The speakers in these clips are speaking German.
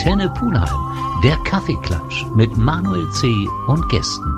Antenne Pulheim, der Kaffeeklatsch mit Manuel C. und Gästen.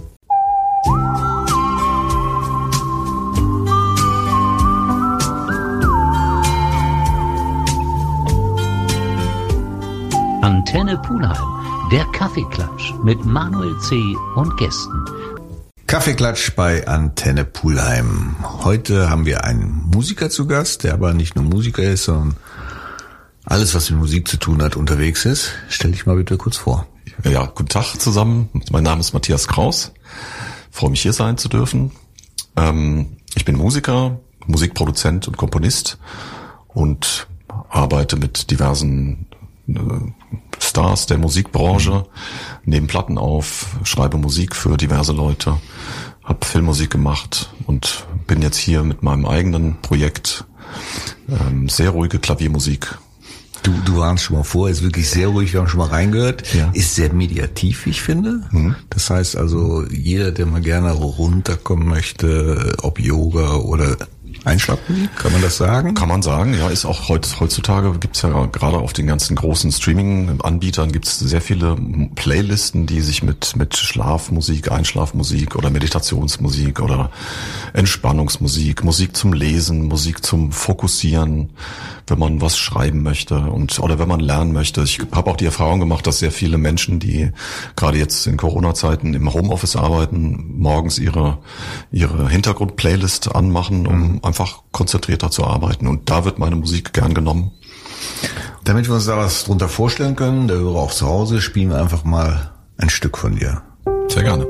Antenne Pulheim, der Kaffeeklatsch mit Manuel C. und Gästen. Kaffeeklatsch bei Antenne Pulheim. Heute haben wir einen Musiker zu Gast, der aber nicht nur Musiker ist, sondern alles, was mit Musik zu tun hat, unterwegs ist. Stell dich mal bitte kurz vor. Ja, guten Tag zusammen. Mein Name ist Matthias Kraus. Freue mich, hier sein zu dürfen. Ich bin Musiker, Musikproduzent und Komponist und arbeite mit diversen Stars der Musikbranche, nehme Platten auf, schreibe Musik für diverse Leute, habe Filmmusik gemacht und bin jetzt hier mit meinem eigenen Projekt, sehr ruhige Klaviermusik. Du warst schon mal vor, ist wirklich sehr ruhig, wir haben schon mal reingehört, ja. Ist sehr mediativ, wie ich finde. Das heißt also, jeder, der mal gerne runterkommen möchte, ob Yoga oder Einschlafmusik, kann man das sagen? Kann man sagen, ja, ist auch heutzutage gibt's ja gerade auf den ganzen großen Streaming-Anbietern gibt's sehr viele Playlisten, die sich mit Schlafmusik, Einschlafmusik oder Meditationsmusik oder Entspannungsmusik, Musik zum Lesen, Musik zum Fokussieren, wenn man was schreiben möchte oder wenn man lernen möchte. Ich habe auch die Erfahrung gemacht, dass sehr viele Menschen, die gerade jetzt in Corona-Zeiten im Homeoffice arbeiten, morgens ihre Hintergrund-Playlist anmachen, um einfach konzentrierter zu arbeiten. Und da wird meine Musik gern genommen. Damit wir uns da was drunter vorstellen können, der Hörer auch zu Hause, spielen wir einfach mal ein Stück von dir. Sehr gerne.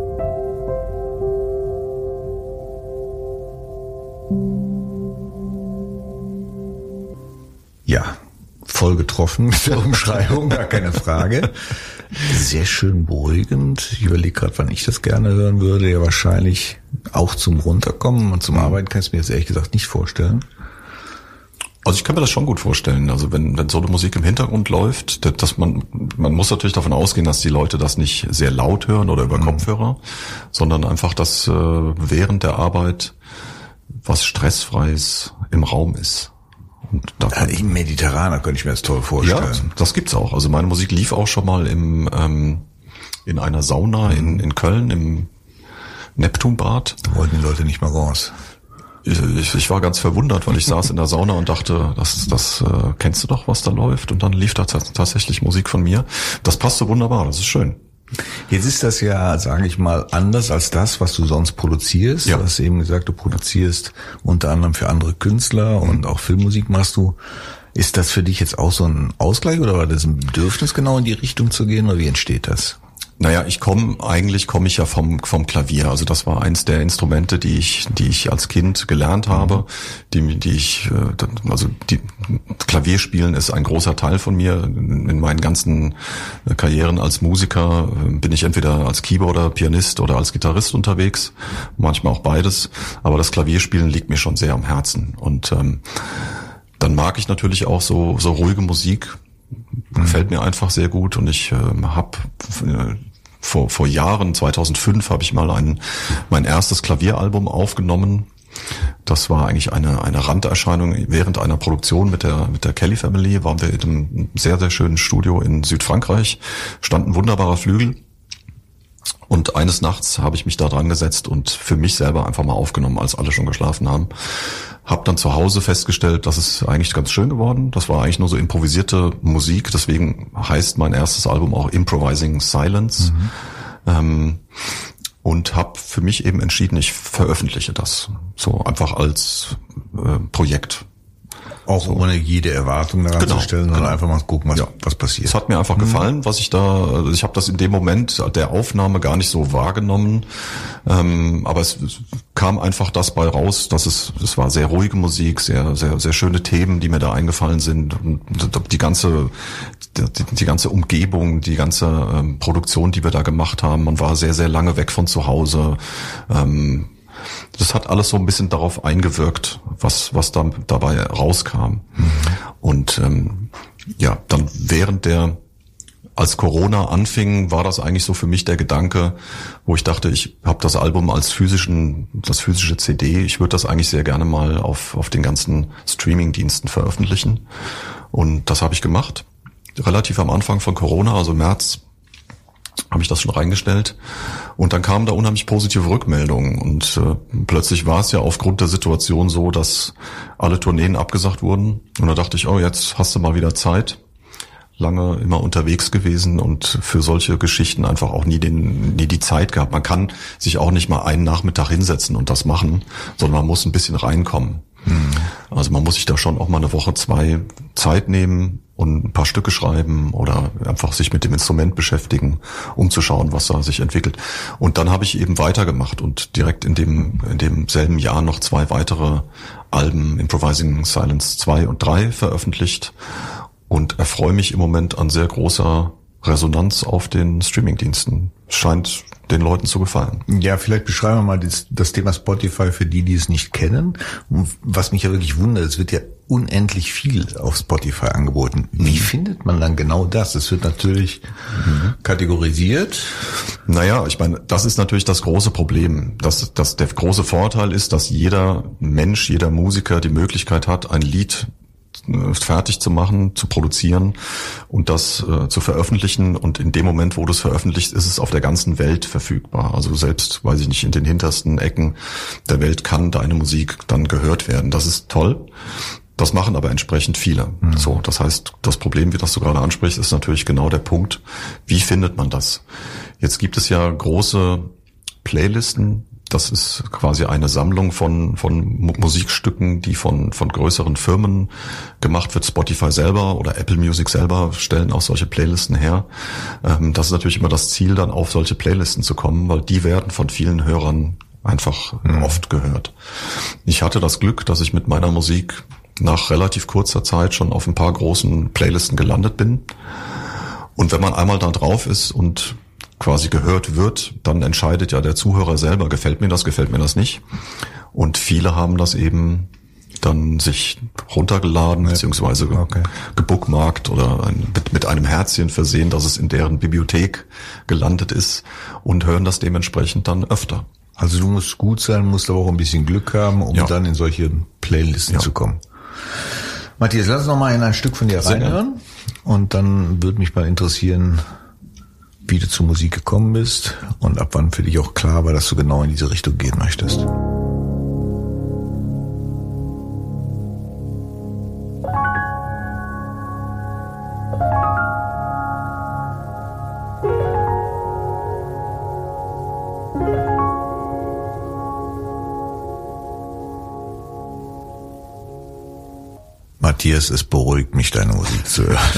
Ja, voll getroffen mit der Umschreibung, gar keine Frage. Sehr schön beruhigend. Ich überlege gerade, wann ich das gerne hören würde. Ja, wahrscheinlich auch zum Runterkommen und zum Arbeiten kann ich mir jetzt ehrlich gesagt nicht vorstellen. Also ich kann mir das schon gut vorstellen. Also wenn so eine Musik im Hintergrund läuft, dass man muss natürlich davon ausgehen, dass die Leute das nicht sehr laut hören oder über Kopfhörer, sondern einfach, dass während der Arbeit was Stressfreies im Raum ist. Und da im Mediterraner könnte ich mir das toll vorstellen. Ja, das gibt's auch. Also meine Musik lief auch schon mal in einer Sauna in Köln im Neptunbad. Wollten die Leute nicht mal raus. Ich war ganz verwundert, weil ich saß in der Sauna und dachte, das kennst du doch, was da läuft? Und dann lief da tatsächlich Musik von mir. Das passt so wunderbar, das ist schön. Jetzt ist das ja, sage ich mal, anders als das, was du sonst produzierst. Ja. Du hast eben gesagt, du produzierst unter anderem für andere Künstler und auch Filmmusik machst du. Ist das für dich jetzt auch so ein Ausgleich oder war das ein Bedürfnis, genau in die Richtung zu gehen oder wie entsteht das? Naja, eigentlich komme ich ja vom Klavier. Also das war eins der Instrumente, die ich als Kind gelernt habe, Klavierspielen ist ein großer Teil von mir. In meinen ganzen Karrieren als Musiker bin ich entweder als Keyboarder, Pianist oder als Gitarrist unterwegs, manchmal auch beides. Aber das Klavierspielen liegt mir schon sehr am Herzen. Und dann mag ich natürlich auch so ruhige Musik. Gefällt mir einfach sehr gut und ich habe vor Jahren, 2005, habe ich mal mein erstes Klavieralbum aufgenommen. Das war eigentlich eine Randerscheinung während einer Produktion mit der Kelly Family. Waren wir in einem sehr, sehr schönen Studio in Südfrankreich, stand ein wunderbarer Flügel. Und eines Nachts habe ich mich da dran gesetzt und für mich selber einfach mal aufgenommen, als alle schon geschlafen haben. Hab dann zu Hause festgestellt, das ist eigentlich ganz schön geworden. Das war eigentlich nur so improvisierte Musik. Deswegen heißt mein erstes Album auch Improvising Silence. Und habe für mich eben entschieden, ich veröffentliche das. So einfach als Projekt. Auch so, ohne jede Erwartung daran zu stellen, sondern einfach mal gucken, was passiert. Es hat mir einfach gefallen, ich habe das in dem Moment der Aufnahme gar nicht so wahrgenommen, aber es kam einfach das bei raus, dass es war sehr ruhige Musik, sehr, sehr, sehr schöne Themen, die mir da eingefallen sind und die ganze Umgebung, die ganze Produktion, die wir da gemacht haben, man war sehr, sehr lange weg von zu Hause, das hat alles so ein bisschen darauf eingewirkt, was dann dabei rauskam. Und dann als Corona anfing, war das eigentlich so für mich der Gedanke, wo ich dachte, ich habe das Album als das physische CD, ich würde das eigentlich sehr gerne mal auf den ganzen Streaming-Diensten veröffentlichen. Und das habe ich gemacht. relativ am Anfang von Corona, also März, habe ich das schon reingestellt. Und dann kamen da unheimlich positive Rückmeldungen. Und plötzlich war es ja aufgrund der Situation so, dass alle Tourneen abgesagt wurden. Und da dachte ich, oh, jetzt hast du mal wieder Zeit. Lange immer unterwegs gewesen und für solche Geschichten einfach auch nie die Zeit gehabt. Man kann sich auch nicht mal einen Nachmittag hinsetzen und das machen, sondern man muss ein bisschen reinkommen. Also man muss sich da schon auch mal eine Woche, 2 Zeit nehmen und ein paar Stücke schreiben oder einfach sich mit dem Instrument beschäftigen, um zu schauen, was da sich entwickelt. Und dann habe ich eben weitergemacht und direkt in dem selben Jahr noch 2 weitere Alben, Improvising Silence 2 und 3, veröffentlicht und erfreue mich im Moment an sehr großer Resonanz auf den Streamingdiensten. Scheint den Leuten zu gefallen. Ja, vielleicht beschreiben wir mal das Thema Spotify für die es nicht kennen. Und was mich ja wirklich wundert, es wird ja unendlich viel auf Spotify angeboten. Wie findet man dann genau das? Es wird natürlich kategorisiert. Naja, ich meine, das ist natürlich das große Problem. Dass der große Vorteil ist, dass jeder Mensch, jeder Musiker die Möglichkeit hat, ein Lied fertig zu machen, zu produzieren und das zu veröffentlichen. Und in dem Moment, wo du es veröffentlicht, ist es auf der ganzen Welt verfügbar. Also selbst, weiß ich nicht, in den hintersten Ecken der Welt kann deine Musik dann gehört werden. Das ist toll. Das machen aber entsprechend viele. So, das heißt, das Problem, wie das du gerade ansprichst, ist natürlich genau der Punkt. Wie findet man das? Jetzt gibt es ja große Playlisten. Das ist quasi eine Sammlung von Musikstücken, die von größeren Firmen gemacht wird. Spotify selber oder Apple Music selber stellen auch solche Playlisten her. Das ist natürlich immer das Ziel, dann auf solche Playlisten zu kommen, weil die werden von vielen Hörern einfach oft gehört. Ich hatte das Glück, dass ich mit meiner Musik nach relativ kurzer Zeit schon auf ein paar großen Playlisten gelandet bin. Und wenn man einmal da drauf ist und quasi gehört wird, dann entscheidet ja der Zuhörer selber, gefällt mir das nicht. Und viele haben das eben dann sich runtergeladen, beziehungsweise gebookmarkt oder mit einem Herzchen versehen, dass es in deren Bibliothek gelandet ist und hören das dementsprechend dann öfter. Also du musst gut sein, musst aber auch ein bisschen Glück haben, um dann in solche Playlisten zu kommen. Matthias, lass uns noch mal in ein Stück von dir reinhören. Und dann würde mich mal interessieren, wie du zur Musik gekommen bist und ab wann für dich auch klar war, dass du genau in diese Richtung gehen möchtest. Matthias, es beruhigt mich, deine Musik zu hören.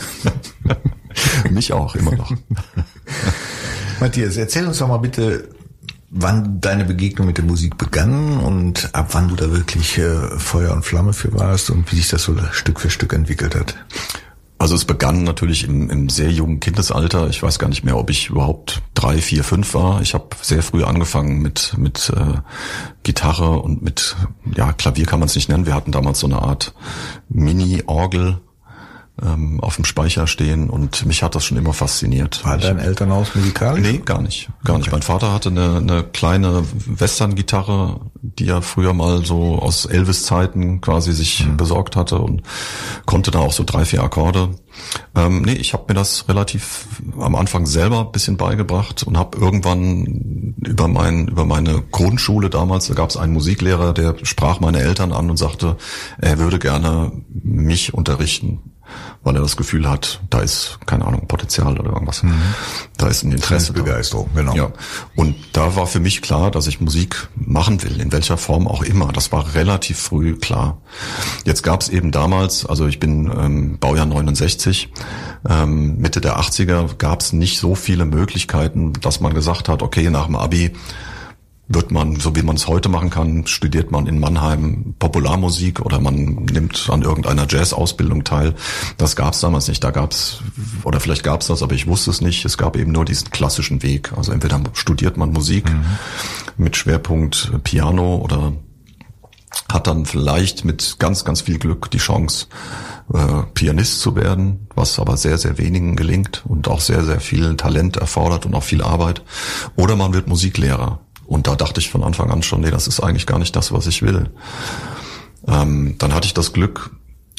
Mich auch, immer noch. Matthias, erzähl uns doch mal bitte, wann deine Begegnung mit der Musik begann und ab wann du da wirklich Feuer und Flamme für warst und wie sich das so Stück für Stück entwickelt hat. Also es begann natürlich im sehr jungen Kindesalter. Ich weiß gar nicht mehr, ob ich überhaupt 3, 4, 5 war. Ich habe sehr früh angefangen mit Gitarre und mit, Klavier kann man es nicht nennen. Wir hatten damals so eine Art Mini-Orgel auf dem Speicher stehen und mich hat das schon immer fasziniert. War dein Elternhaus musikalisch? Nee, gar nicht. Mein Vater hatte eine kleine Western-Gitarre, die er früher mal so aus Elvis-Zeiten quasi sich besorgt hatte und konnte da auch so 3, 4 Akkorde. Ich habe mir das relativ am Anfang selber ein bisschen beigebracht und habe irgendwann über meine Grundschule damals, da gab es einen Musiklehrer, der sprach meine Eltern an und sagte, er würde gerne mich unterrichten, weil er das Gefühl hat, da ist, keine Ahnung, Potenzial oder irgendwas. Da ist ein Interesse. Begeisterung, genau. Ja. Und da war für mich klar, dass ich Musik machen will, in welcher Form auch immer. Das war relativ früh klar. Jetzt gab es eben damals, also ich bin Baujahr 69, Mitte der 80er gab es nicht so viele Möglichkeiten, dass man gesagt hat, okay, nach dem Abi wird man, so wie man es heute machen kann, studiert man in Mannheim Popularmusik oder man nimmt an irgendeiner Jazz-Ausbildung teil. Das gab es damals nicht. Da gab's, oder vielleicht gab es das, aber ich wusste es nicht. Es gab eben nur diesen klassischen Weg. Also entweder studiert man Musik mit Schwerpunkt Piano oder hat dann vielleicht mit ganz, ganz viel Glück die Chance, Pianist zu werden, was aber sehr, sehr wenigen gelingt und auch sehr, sehr viel Talent erfordert und auch viel Arbeit. Oder man wird Musiklehrer. Und da dachte ich von Anfang an schon, nee, das ist eigentlich gar nicht das, was ich will. Dann hatte ich das Glück,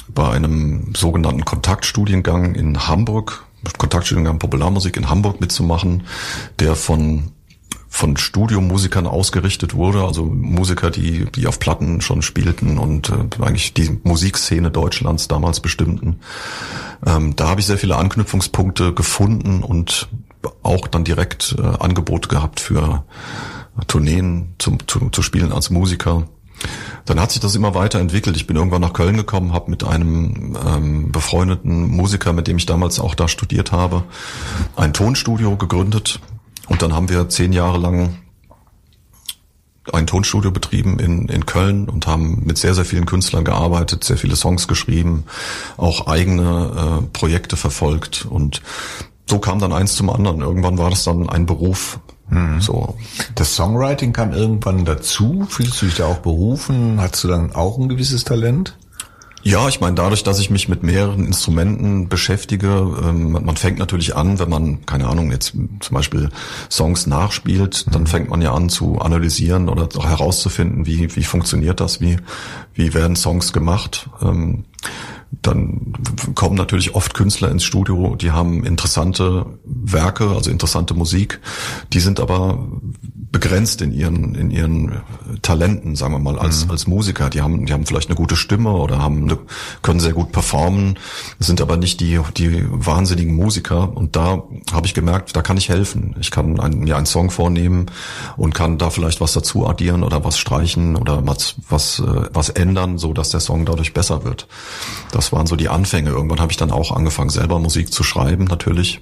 bei einem sogenannten Kontaktstudiengang in Hamburg, Kontaktstudiengang Popularmusik in Hamburg mitzumachen, der von Studiomusikern ausgerichtet wurde, also Musiker, die auf Platten schon spielten und eigentlich die Musikszene Deutschlands damals bestimmten. Da habe ich sehr viele Anknüpfungspunkte gefunden und auch dann direkt Angebote gehabt für Tourneen zu spielen als Musiker. Dann hat sich das immer weiterentwickelt. Ich bin irgendwann nach Köln gekommen, habe mit einem befreundeten Musiker, mit dem ich damals auch da studiert habe, ein Tonstudio gegründet. Und dann haben wir 10 Jahre lang ein Tonstudio betrieben in Köln und haben mit sehr, sehr vielen Künstlern gearbeitet, sehr viele Songs geschrieben, auch eigene Projekte verfolgt. Und so kam dann eins zum anderen. Irgendwann war das dann ein Beruf. So. Das Songwriting kam irgendwann dazu. Fühlst du dich da auch berufen? Hattest du dann auch ein gewisses Talent? Ja, ich meine, dadurch, dass ich mich mit mehreren Instrumenten beschäftige, man fängt natürlich an, wenn man, keine Ahnung, jetzt zum Beispiel Songs nachspielt, dann fängt man ja an zu analysieren oder herauszufinden, wie funktioniert das, wie werden Songs gemacht. Dann kommen natürlich oft Künstler ins Studio, die haben interessante Werke, also interessante Musik, die sind aber begrenzt in ihren Talenten, sagen wir mal, als Musiker. Die haben vielleicht eine gute Stimme oder können sehr gut performen, sind aber nicht die wahnsinnigen Musiker. Und da habe ich gemerkt, da kann ich helfen. Ich kann mir einen Song vornehmen und kann da vielleicht was dazu addieren oder was streichen oder was ändern, so dass der Song dadurch besser wird. Das waren so die Anfänge. Irgendwann habe ich dann auch angefangen, selber Musik zu schreiben, natürlich.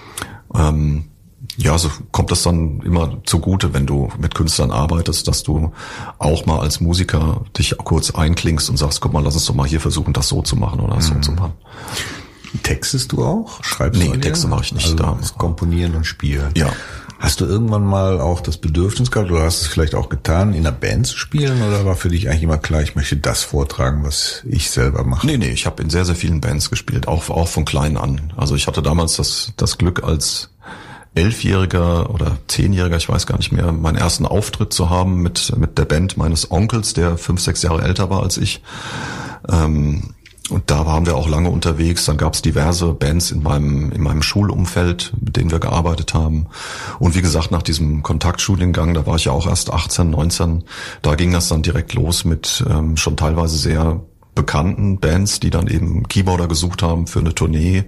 Ja, so kommt das dann immer zugute, wenn du mit Künstlern arbeitest, dass du auch mal als Musiker dich kurz einklingst und sagst, guck mal, lass uns doch mal hier versuchen, das so zu machen oder so zu machen. Textest du auch? Schreibst du? Nee, Texte mache ich nicht. Also da. Komponieren und spielen. Ja. Hast du irgendwann mal auch das Bedürfnis gehabt oder hast du es vielleicht auch getan, in einer Band zu spielen oder war für dich eigentlich immer klar, ich möchte das vortragen, was ich selber mache? Nee, ich habe in sehr, sehr vielen Bands gespielt, auch von klein an. Also ich hatte damals das Glück, als 11-Jähriger oder 10-Jähriger, ich weiß gar nicht mehr, meinen ersten Auftritt zu haben mit der Band meines Onkels, der 5, 6 Jahre älter war als ich. Und da waren wir auch lange unterwegs. Dann gab es diverse Bands in meinem Schulumfeld, mit denen wir gearbeitet haben. Und wie gesagt, nach diesem Kontaktstudiengang, da war ich ja auch erst 18, 19, da ging das dann direkt los mit schon teilweise sehr bekannten Bands, die dann eben Keyboarder gesucht haben für eine Tournee.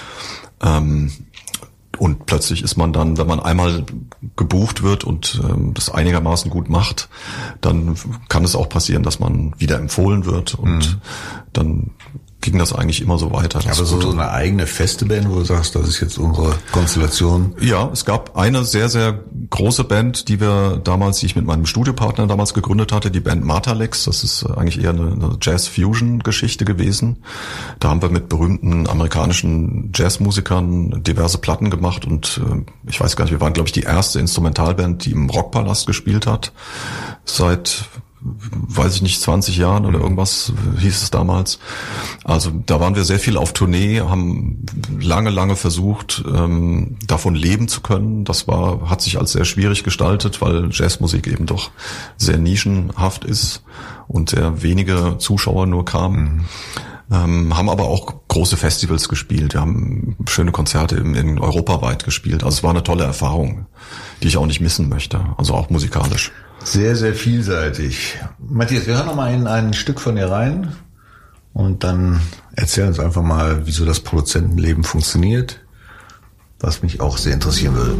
Und plötzlich ist man dann, wenn man einmal gebucht wird und das einigermaßen gut macht, dann kann es auch passieren, dass man wieder empfohlen wird und dann ging das eigentlich immer so weiter. Aber so eine eigene feste Band, wo du sagst, das ist jetzt unsere Konstellation? Ja, es gab eine sehr, sehr große Band, die ich mit meinem Studiopartner damals gegründet hatte, die Band Matalex. Das ist eigentlich eher eine Jazz-Fusion-Geschichte gewesen. Da haben wir mit berühmten amerikanischen Jazzmusikern diverse Platten gemacht und ich weiß gar nicht, wir waren, glaube ich, die erste Instrumentalband, die im Rockpalast gespielt hat. Seit, weiß ich nicht, 20 Jahren oder irgendwas hieß es damals. Also da waren wir sehr viel auf Tournee, haben lange versucht, davon leben zu können. Das hat sich als sehr schwierig gestaltet, weil Jazzmusik eben doch sehr nischenhaft ist und sehr wenige Zuschauer nur kamen. Haben aber auch große Festivals gespielt. Wir haben schöne Konzerte in europaweit gespielt. Also es war eine tolle Erfahrung, die ich auch nicht missen möchte. Also auch musikalisch. Sehr, sehr vielseitig. Matthias, wir hören noch mal in ein Stück von dir rein und dann erzähl uns einfach mal, wieso das Produzentenleben funktioniert, was mich auch sehr interessieren würde.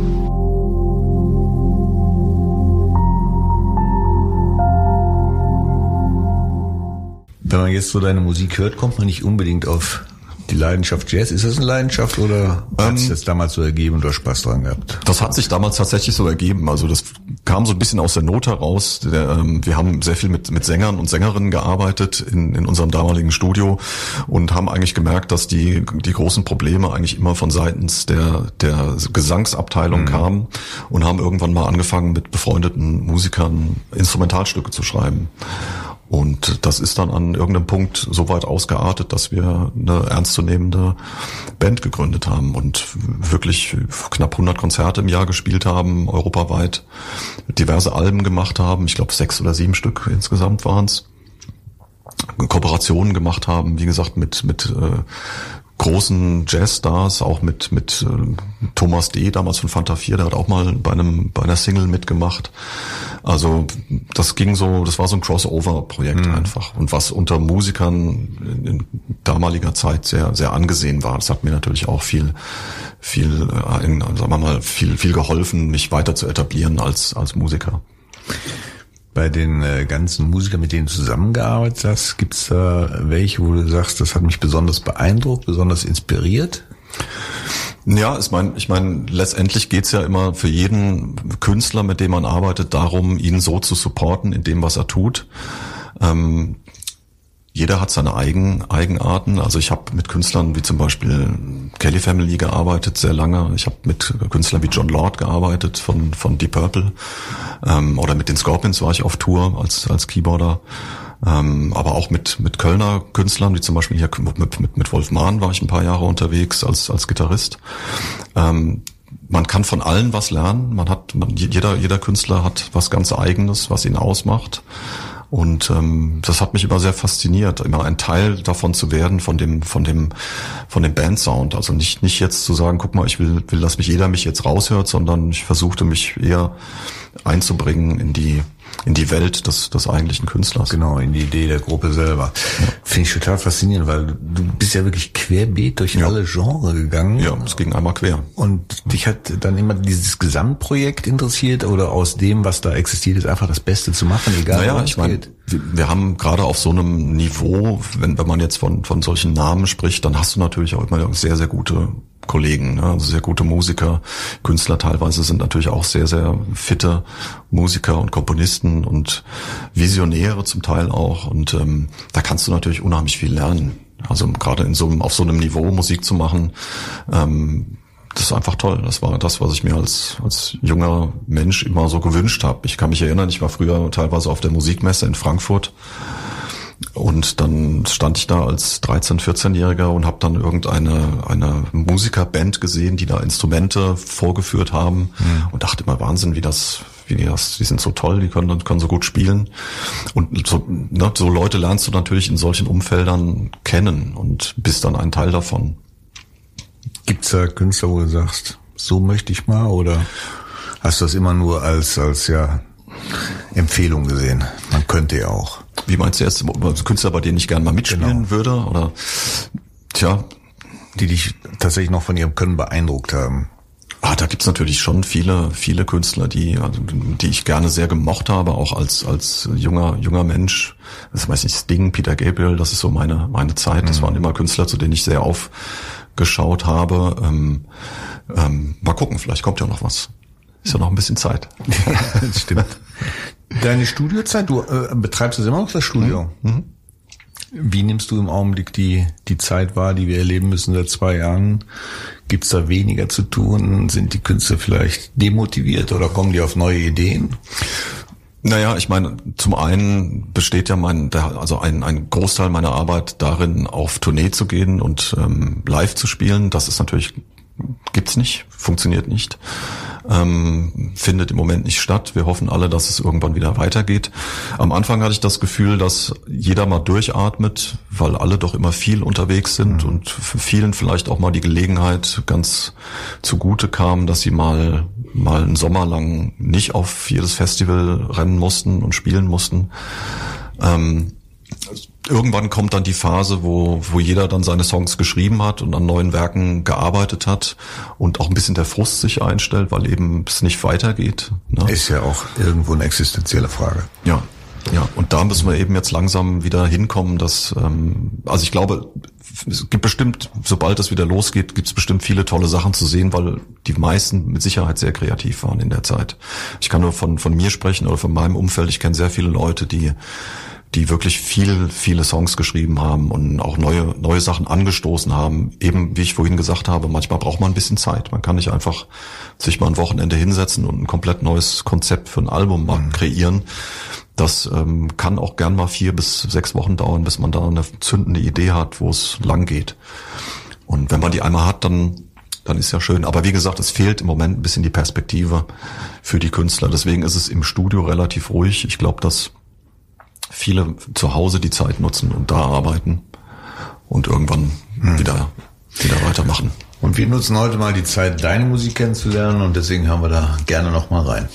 Wenn man jetzt so deine Musik hört, kommt man nicht unbedingt auf die Leidenschaft Jazz. Ist das eine Leidenschaft oder hat sich das damals so ergeben und du hast Spaß dran gehabt? Das hat sich damals tatsächlich so ergeben. Also das kam so ein bisschen aus der Not heraus. Wir haben sehr viel mit Sängern und Sängerinnen gearbeitet in unserem damaligen Studio und haben eigentlich gemerkt, dass die großen Probleme eigentlich immer von seitens der Gesangsabteilung kamen und haben irgendwann mal angefangen, mit befreundeten Musikern Instrumentalstücke zu schreiben. Und das ist dann an irgendeinem Punkt so weit ausgeartet, dass wir eine ernstzunehmende Band gegründet haben und wirklich knapp 100 Konzerte im Jahr gespielt haben, europaweit, diverse Alben gemacht haben. Ich glaube 6 oder 7 Stück insgesamt waren es. Kooperationen gemacht haben, wie gesagt, mit großen Jazzstars, auch mit Thomas D., damals von Fanta 4, der hat auch mal bei einer Single mitgemacht. Also das war so ein Crossover-Projekt einfach. Und was unter Musikern in damaliger Zeit sehr, sehr angesehen war. Das hat mir natürlich auch viel geholfen, mich weiter zu etablieren als Musiker. Bei den ganzen Musikern, mit denen du zusammengearbeitet hast, gibt's da welche, wo du sagst, das hat mich besonders beeindruckt, besonders inspiriert? Ja, ich meine, letztendlich geht's ja immer für jeden Künstler, mit dem man arbeitet, darum, ihn so zu supporten in dem, was er tut. Jeder hat seine Eigenarten. Also ich habe mit Künstlern wie zum Beispiel Kelly Family gearbeitet sehr lange. Ich habe mit Künstlern wie John Lord gearbeitet von Deep Purple. Oder mit den Scorpions war ich auf Tour als Keyboarder. Aber auch mit Kölner Künstlern, wie zum Beispiel hier mit Wolf Mahn war ich ein paar Jahre unterwegs als Gitarrist. Man kann von allen was lernen. Jeder Künstler hat was ganz Eigenes, was ihn ausmacht. Und das hat mich immer sehr fasziniert, immer ein Teil davon zu werden, von dem Bandsound. Also nicht jetzt zu sagen, guck mal, ich will, dass jeder mich jetzt raushört, sondern ich versuchte mich eher einzubringen in die Welt des eigentlichen Künstlers. Genau, in die Idee der Gruppe selber. Ja. Finde ich total faszinierend, weil du bist ja wirklich querbeet durch alle Genres gegangen. Ja, es ging einmal quer. Und dich hat dann immer dieses Gesamtprojekt interessiert oder aus dem, was da existiert, ist einfach das Beste zu machen, egal was es geht? Wir haben gerade auf so einem Niveau, wenn man jetzt von solchen Namen spricht, dann hast du natürlich auch immer sehr, sehr gute Kollegen, ne? Also sehr gute Musiker, Künstler teilweise sind natürlich auch sehr, sehr fitte Musiker und Komponisten und Visionäre zum Teil auch und da kannst du natürlich unheimlich viel lernen. Also gerade auf so einem Niveau Musik zu machen, das ist einfach toll. Das war das, was ich mir als junger Mensch immer so gewünscht habe. Ich kann mich erinnern, ich war früher teilweise auf der Musikmesse in Frankfurt. Und dann stand ich da als 13-, 14-Jähriger und habe dann eine Musikerband gesehen, die da Instrumente vorgeführt haben und dachte immer, Wahnsinn, die sind so toll, die können so gut spielen. Und so Leute lernst du natürlich in solchen Umfeldern kennen und bist dann ein Teil davon. Gibt's da Künstler, wo du sagst, so möchte ich mal, oder hast du das immer nur als Empfehlung gesehen? Man könnte ja auch. Wie meinst du jetzt, Künstler, bei denen ich gerne mal mitspielen würde? Oder die dich tatsächlich noch von ihrem Können beeindruckt haben? Da gibt's natürlich schon viele Künstler, die ich gerne sehr gemocht habe, auch als junger Mensch. Das weiß ich, Sting, Peter Gabriel, das ist so meine Zeit. Das waren immer Künstler, zu denen ich sehr aufgeschaut habe. Mal gucken, vielleicht kommt ja noch was. Ist ja noch ein bisschen Zeit. Ja, das stimmt. Deine Studiozeit, du betreibst jetzt immer noch das Studio. Mhm. Wie nimmst du im Augenblick die Zeit wahr, die wir erleben müssen seit 2 Jahren? Gibt's da weniger zu tun? Sind die Künstler vielleicht demotiviert oder kommen die auf neue Ideen? Naja, ich meine, zum einen besteht ja ein Großteil meiner Arbeit darin, auf Tournee zu gehen und live zu spielen. Das ist natürlich, gibt's nicht, funktioniert nicht. Findet im Moment nicht statt. Wir hoffen alle, dass es irgendwann wieder weitergeht. Am Anfang hatte ich das Gefühl, dass jeder mal durchatmet, weil alle doch immer viel unterwegs sind und für vielen vielleicht auch mal die Gelegenheit ganz zugute kam, dass sie mal einen Sommer lang nicht auf jedes Festival rennen mussten und spielen mussten. Irgendwann kommt dann die Phase, wo jeder dann seine Songs geschrieben hat und an neuen Werken gearbeitet hat und auch ein bisschen der Frust sich einstellt, weil eben es nicht weitergeht. Ne? Ist ja auch irgendwo eine existenzielle Frage. Ja. Und da müssen wir eben jetzt langsam wieder hinkommen, dass, also ich glaube, es gibt bestimmt, sobald es wieder losgeht, gibt es bestimmt viele tolle Sachen zu sehen, weil die meisten mit Sicherheit sehr kreativ waren in der Zeit. Ich kann nur von mir sprechen oder von meinem Umfeld. Ich kenne sehr viele Leute, die wirklich viele Songs geschrieben haben und auch neue Sachen angestoßen haben. Eben, wie ich vorhin gesagt habe, manchmal braucht man ein bisschen Zeit. Man kann nicht einfach sich mal ein Wochenende hinsetzen und ein komplett neues Konzept für ein Album mal kreieren. Das kann auch gern mal 4 bis 6 Wochen dauern, bis man da eine zündende Idee hat, wo es lang geht. Und wenn man die einmal hat, dann ist ja schön. Aber wie gesagt, es fehlt im Moment ein bisschen die Perspektive für die Künstler. Deswegen ist es im Studio relativ ruhig. Ich glaube, dass viele zu Hause die Zeit nutzen und da arbeiten und irgendwann wieder weitermachen. Und wir nutzen heute mal die Zeit, deine Musik kennenzulernen, und deswegen hören wir da gerne noch mal rein.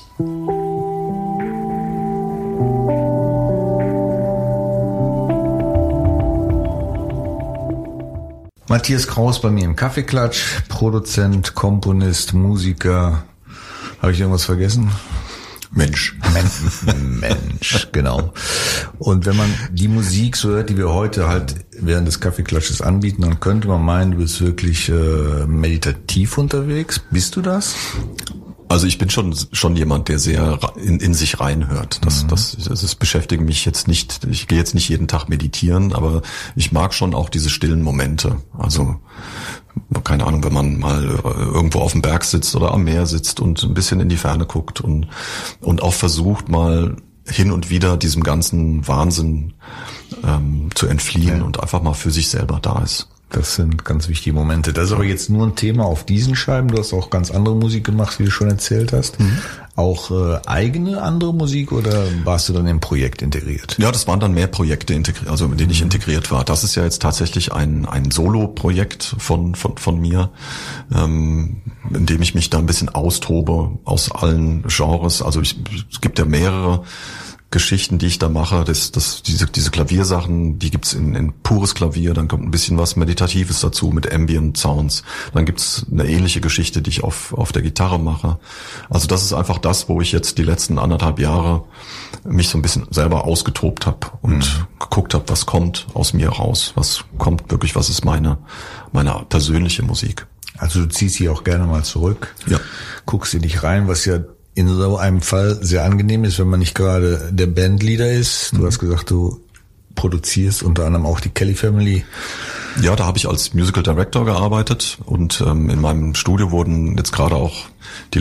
Matthias Kraus bei mir im Kaffeeklatsch, Produzent, Komponist, Musiker. Habe ich irgendwas vergessen? Mensch, genau. Und wenn man die Musik so hört, die wir heute halt während des Kaffeeklatsches anbieten, dann könnte man meinen, du bist wirklich meditativ unterwegs. Bist du das? Also ich bin schon jemand, der sehr in sich reinhört. Das beschäftigt mich jetzt nicht. Ich gehe jetzt nicht jeden Tag meditieren, aber ich mag schon auch diese stillen Momente. Also keine Ahnung, wenn man mal irgendwo auf dem Berg sitzt oder am Meer sitzt und ein bisschen in die Ferne guckt und auch versucht mal hin und wieder diesem ganzen Wahnsinn zu entfliehen und einfach mal für sich selber da ist. Das sind ganz wichtige Momente. Das ist aber jetzt nur ein Thema auf diesen Scheiben. Du hast auch ganz andere Musik gemacht, wie du schon erzählt hast. Auch eigene andere Musik, oder warst du dann im Projekt integriert? Ja, das waren dann mehr Projekte, in denen ich integriert war. Das ist ja jetzt tatsächlich ein Solo-Projekt von mir, in dem ich mich da ein bisschen austobe aus allen Genres. Also es gibt ja mehrere Geschichten, die ich da mache, diese Klaviersachen, die gibt's in pures Klavier, dann kommt ein bisschen was Meditatives dazu mit Ambient Sounds, dann gibt's eine ähnliche Geschichte, die ich auf der Gitarre mache. Also das ist einfach das, wo ich jetzt die letzten 1,5 Jahre mich so ein bisschen selber ausgetobt habe und geguckt habe, was kommt aus mir raus, was kommt wirklich, was ist meine persönliche Musik. Also du ziehst sie auch gerne mal zurück, guckst sie nicht rein, was ja in so einem Fall sehr angenehm ist, wenn man nicht gerade der Bandleader ist. Du hast gesagt, du produzierst unter anderem auch die Kelly Family. Ja, da habe ich als Musical Director gearbeitet und in meinem Studio wurden jetzt gerade auch zu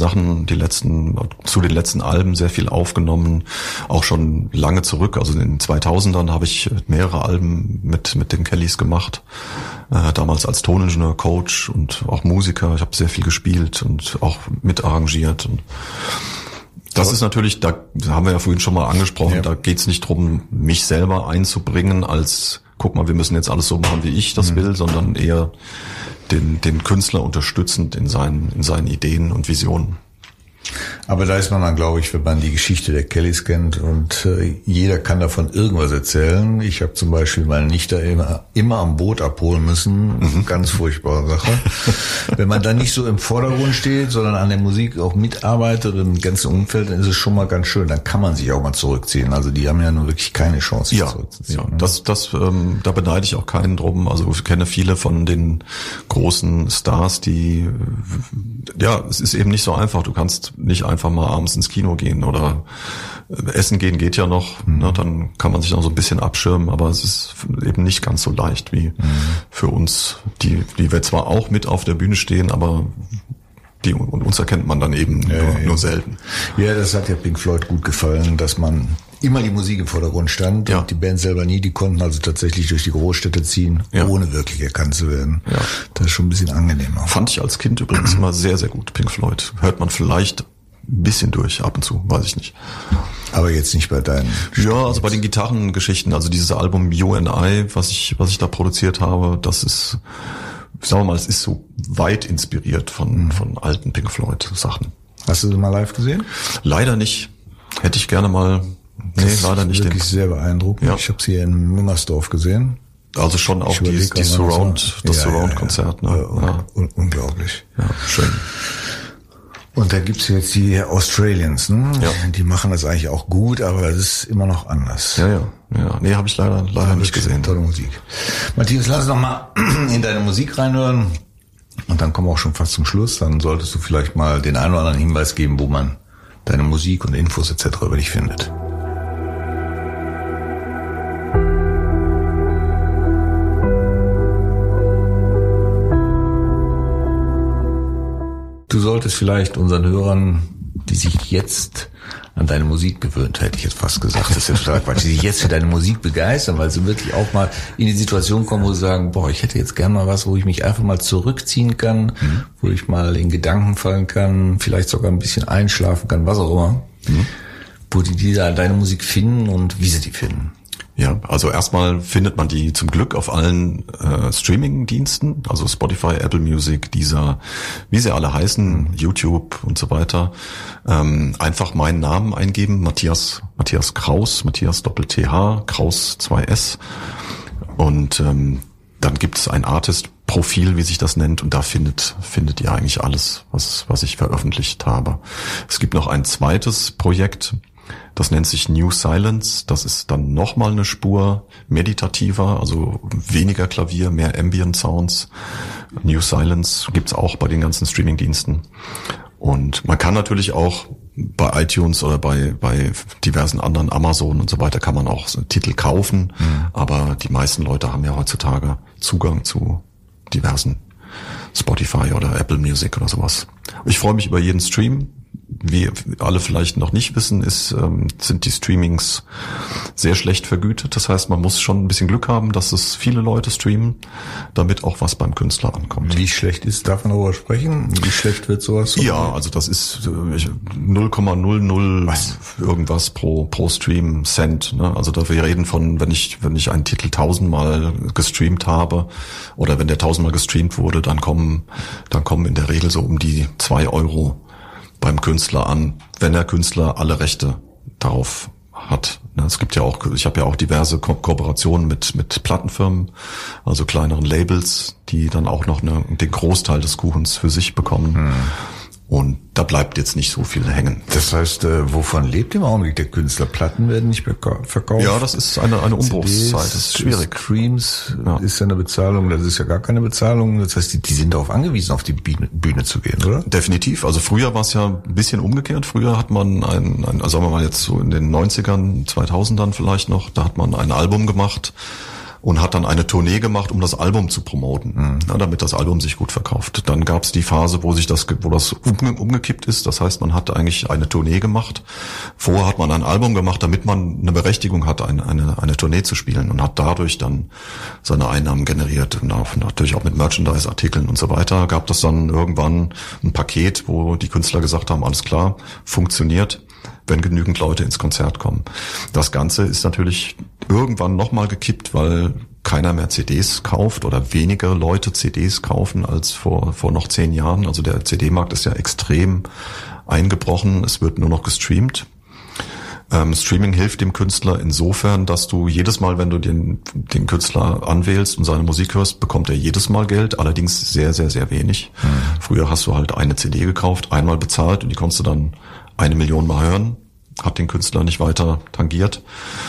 den letzten Alben sehr viel aufgenommen, auch schon lange zurück. Also in den 2000ern habe ich mehrere Alben mit den Kellys gemacht, damals als Toningenieur, Coach und auch Musiker. Ich habe sehr viel gespielt und auch mitarrangiert. Und das ist natürlich, da haben wir ja vorhin schon mal angesprochen, da geht's nicht drum, mich selber einzubringen als, guck mal, wir müssen jetzt alles so machen, wie ich das will, sondern eher den Künstler unterstützend in seinen Ideen und Visionen. Aber da ist man dann, glaube ich, wenn man die Geschichte der Kellys kennt, und jeder kann davon irgendwas erzählen. Ich habe zum Beispiel meine Nichte immer am Boot abholen müssen. Ganz furchtbare Sache. Wenn man dann nicht so im Vordergrund steht, sondern an der Musik auch mitarbeitet im ganzen Umfeld, dann ist es schon mal ganz schön. Dann kann man sich auch mal zurückziehen. Also die haben ja nun wirklich keine Chance, sich zurückzuziehen. Ja, da beneide ich auch keinen drum. Also ich kenne viele von den großen Stars, die, es ist eben nicht so einfach. Du kannst nicht einfach mal abends ins Kino gehen oder essen gehen geht ja noch, ne, dann kann man sich noch so ein bisschen abschirmen, aber es ist eben nicht ganz so leicht wie für uns, die wir zwar auch mit auf der Bühne stehen, aber uns erkennt man dann eben nur selten. Ja, das hat ja Pink Floyd gut gefallen, dass man immer die Musik im Vordergrund stand und die Band selber nie. Die konnten also tatsächlich durch die Großstädte ziehen, ohne wirklich erkannt zu werden. Ja. Das ist schon ein bisschen angenehmer. Fand ich als Kind übrigens immer sehr, sehr gut, Pink Floyd. Hört man vielleicht ein bisschen durch, ab und zu, weiß ich nicht. Aber jetzt nicht bei deinen... Ja, also bei den Gitarrengeschichten, also dieses Album You and I, was ich da produziert habe, das ist, sagen wir mal, es ist so weit inspiriert von alten Pink Floyd Sachen. Hast du sie mal live gesehen? Leider nicht. Hätte ich gerne mal... Nee, leider nicht. Das ist wirklich sehr beeindruckend. Ja. Ich habe sie hier in Müngersdorf gesehen. Also schon auch das Surround-Konzert. Ne? Unglaublich. Ja, schön. Und da gibt's jetzt die Australians, ne? Ja. Die machen das eigentlich auch gut, aber es ist immer noch anders. Ja. Nee, habe ich leider nicht gesehen. Tolle Musik. Matthias, lass uns noch mal in deine Musik reinhören. Und dann kommen wir auch schon fast zum Schluss. Dann solltest du vielleicht mal den einen oder anderen Hinweis geben, wo man deine Musik und Infos etc. über dich findet. Du solltest vielleicht unseren Hörern, die sich jetzt an deine Musik gewöhnt, hätte ich jetzt fast gesagt, das ist ja total Quatsch, die sich jetzt für deine Musik begeistern, weil sie wirklich auch mal in die Situation kommen, wo sie sagen, ich hätte jetzt gerne mal was, wo ich mich einfach mal zurückziehen kann, wo ich mal in Gedanken fallen kann, vielleicht sogar ein bisschen einschlafen kann, was auch immer. wo die deine Musik finden und wie sie die finden. Ja, also erstmal findet man die zum Glück auf allen Streaming-Diensten, also Spotify, Apple Music, Deezer, wie sie alle heißen, YouTube und so weiter. Einfach meinen Namen eingeben, Matthias Kraus, Matthias Doppel-TH, Kraus 2S. Und dann gibt es ein Artist-Profil, wie sich das nennt, und da findet ihr eigentlich alles, was ich veröffentlicht habe. Es gibt noch ein zweites Projekt, das nennt sich New Silence. Das ist dann nochmal eine Spur meditativer, also weniger Klavier, mehr Ambient Sounds. New Silence gibt's auch bei den ganzen Streamingdiensten. Und man kann natürlich auch bei iTunes oder bei diversen anderen Amazon und so weiter kann man auch so Titel kaufen. Aber die meisten Leute haben ja heutzutage Zugang zu diversen Spotify oder Apple Music oder sowas. Ich freue mich über jeden Stream. Wie alle vielleicht noch nicht wissen, sind die Streamings sehr schlecht vergütet. Das heißt, man muss schon ein bisschen Glück haben, dass es viele Leute streamen, damit auch was beim Künstler ankommt. Wie schlecht ist, darf man darüber sprechen? Wie schlecht wird sowas? Ja, also das ist 0,00 irgendwas pro Stream Cent. Ne? Also da wir reden von, wenn ich einen Titel 1000-mal gestreamt habe oder wenn der 1000-mal gestreamt wurde, dann kommen in der Regel so um die 2 Euro beim Künstler an, wenn der Künstler alle Rechte darauf hat. Es gibt ja auch, ich habe ja auch diverse Kooperationen mit Plattenfirmen, also kleineren Labels, die dann auch noch den Großteil des Kuchens für sich bekommen. Und da bleibt jetzt nicht so viel hängen. Das heißt, wovon lebt im Augenblick der Künstler? Platten werden nicht mehr verkauft? Ja, das ist eine Umbruchszeit. Das ist schwierig. Streams ist ja eine Bezahlung, das ist ja gar keine Bezahlung. Das heißt, die sind darauf angewiesen, auf die Bühne zu gehen, oder? Definitiv. Also früher war es ja ein bisschen umgekehrt. Früher hat man also sagen wir mal jetzt so in den 90ern, 2000ern vielleicht noch, da hat man ein Album gemacht und hat dann eine Tournee gemacht, um das Album zu promoten, damit das Album sich gut verkauft. Dann gab es die Phase, wo das umgekippt ist. Das heißt, man hat eigentlich eine Tournee gemacht. Vorher hat man ein Album gemacht, damit man eine Berechtigung hat, eine Tournee zu spielen und hat dadurch dann seine Einnahmen generiert. Und natürlich auch mit Merchandise-Artikeln und so weiter. Gab das dann irgendwann ein Paket, wo die Künstler gesagt haben, alles klar, funktioniert, wenn genügend Leute ins Konzert kommen. Das Ganze ist natürlich irgendwann nochmal gekippt, weil keiner mehr CDs kauft oder weniger Leute CDs kaufen als vor noch 10 Jahren. Also der CD-Markt ist ja extrem eingebrochen. Es wird nur noch gestreamt. Streaming hilft dem Künstler insofern, dass du jedes Mal, wenn du den Künstler anwählst und seine Musik hörst, bekommt er jedes Mal Geld, allerdings sehr, sehr, sehr wenig. Früher hast du halt eine CD gekauft, einmal bezahlt und die konntest du dann 1 Million Mal hören, hat den Künstler nicht weiter tangiert.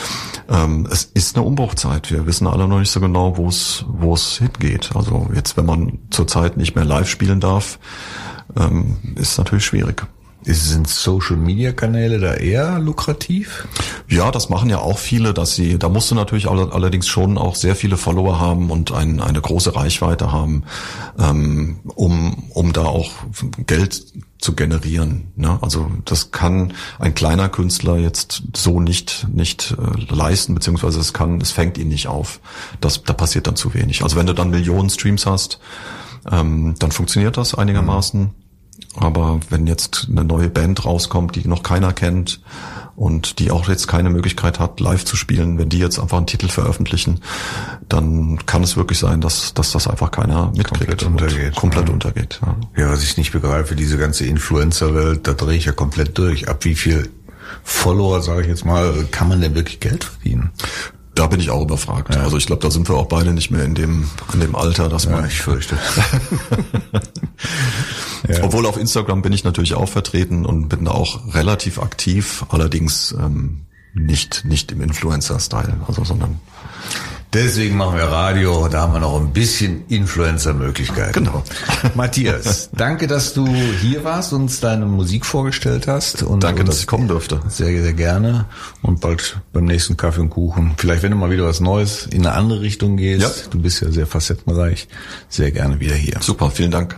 Es ist eine Umbruchzeit. Wir wissen alle noch nicht so genau, wo es hingeht. Also jetzt, wenn man zurzeit nicht mehr live spielen darf, ist es natürlich schwierig. Sind Social-Media-Kanäle da eher lukrativ? Ja, das machen ja auch viele, da musst du natürlich allerdings schon auch sehr viele Follower haben und eine große Reichweite haben, um da auch Geld zu generieren. Ne? Also das kann ein kleiner Künstler jetzt so nicht leisten, beziehungsweise es fängt ihn nicht auf. Da passiert dann zu wenig. Also wenn du dann Millionen Streams hast, dann funktioniert das einigermaßen. Aber wenn jetzt eine neue Band rauskommt, die noch keiner kennt und die auch jetzt keine Möglichkeit hat, live zu spielen, wenn die jetzt einfach einen Titel veröffentlichen, dann kann es wirklich sein, dass das einfach keiner mitkriegt. Komplett untergeht. Ja, was ich nicht begreife, diese ganze Influencer-Welt, da drehe ich ja komplett durch. Ab wie viel Follower, sage ich jetzt mal, kann man denn wirklich Geld verdienen? Da bin ich auch überfragt. Ja. Also ich glaube, da sind wir auch beide nicht mehr in dem Alter, dass man... Ja, ich fürchte. Ja. Obwohl auf Instagram bin ich natürlich auch vertreten und bin da auch relativ aktiv, allerdings nicht im Influencer-Style, also sondern... Deswegen machen wir Radio, da haben wir noch ein bisschen Influencer-Möglichkeiten. Genau. Matthias, danke, dass du hier warst und uns deine Musik vorgestellt hast. Und danke, dass ich kommen durfte. Sehr, sehr gerne. Und bald beim nächsten Kaffee und Kuchen. Vielleicht, wenn du mal wieder was Neues in eine andere Richtung gehst. Ja. Du bist ja sehr facettenreich. Sehr gerne wieder hier. Super, vielen Dank.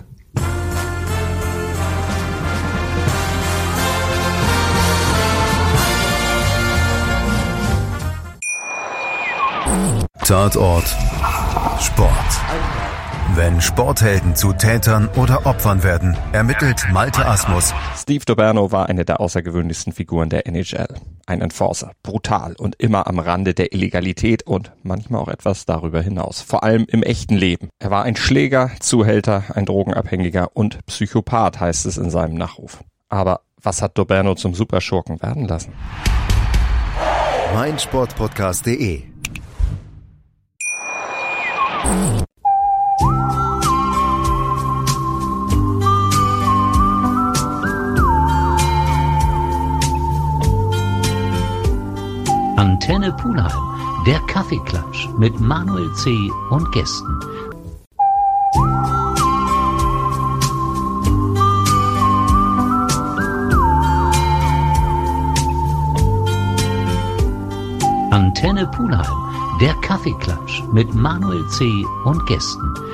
Tatort Sport. Wenn Sporthelden zu Tätern oder Opfern werden, ermittelt Malte Asmus. Steve Dobberno war eine der außergewöhnlichsten Figuren der NHL. ein Enforcer, brutal und immer am Rande der Illegalität und manchmal auch etwas darüber hinaus, vor allem im echten Leben. Er war ein Schläger, Zuhälter, ein Drogenabhängiger und Psychopath, heißt es in seinem Nachruf. Aber was hat D'Oberno zum Superschurken werden lassen? meinsportpodcast.de Antenne Pulheim, der Kaffeeklatsch mit Manuel C. und Gästen. Antenne Pulheim, der Kaffeeklatsch mit Manuel C. und Gästen.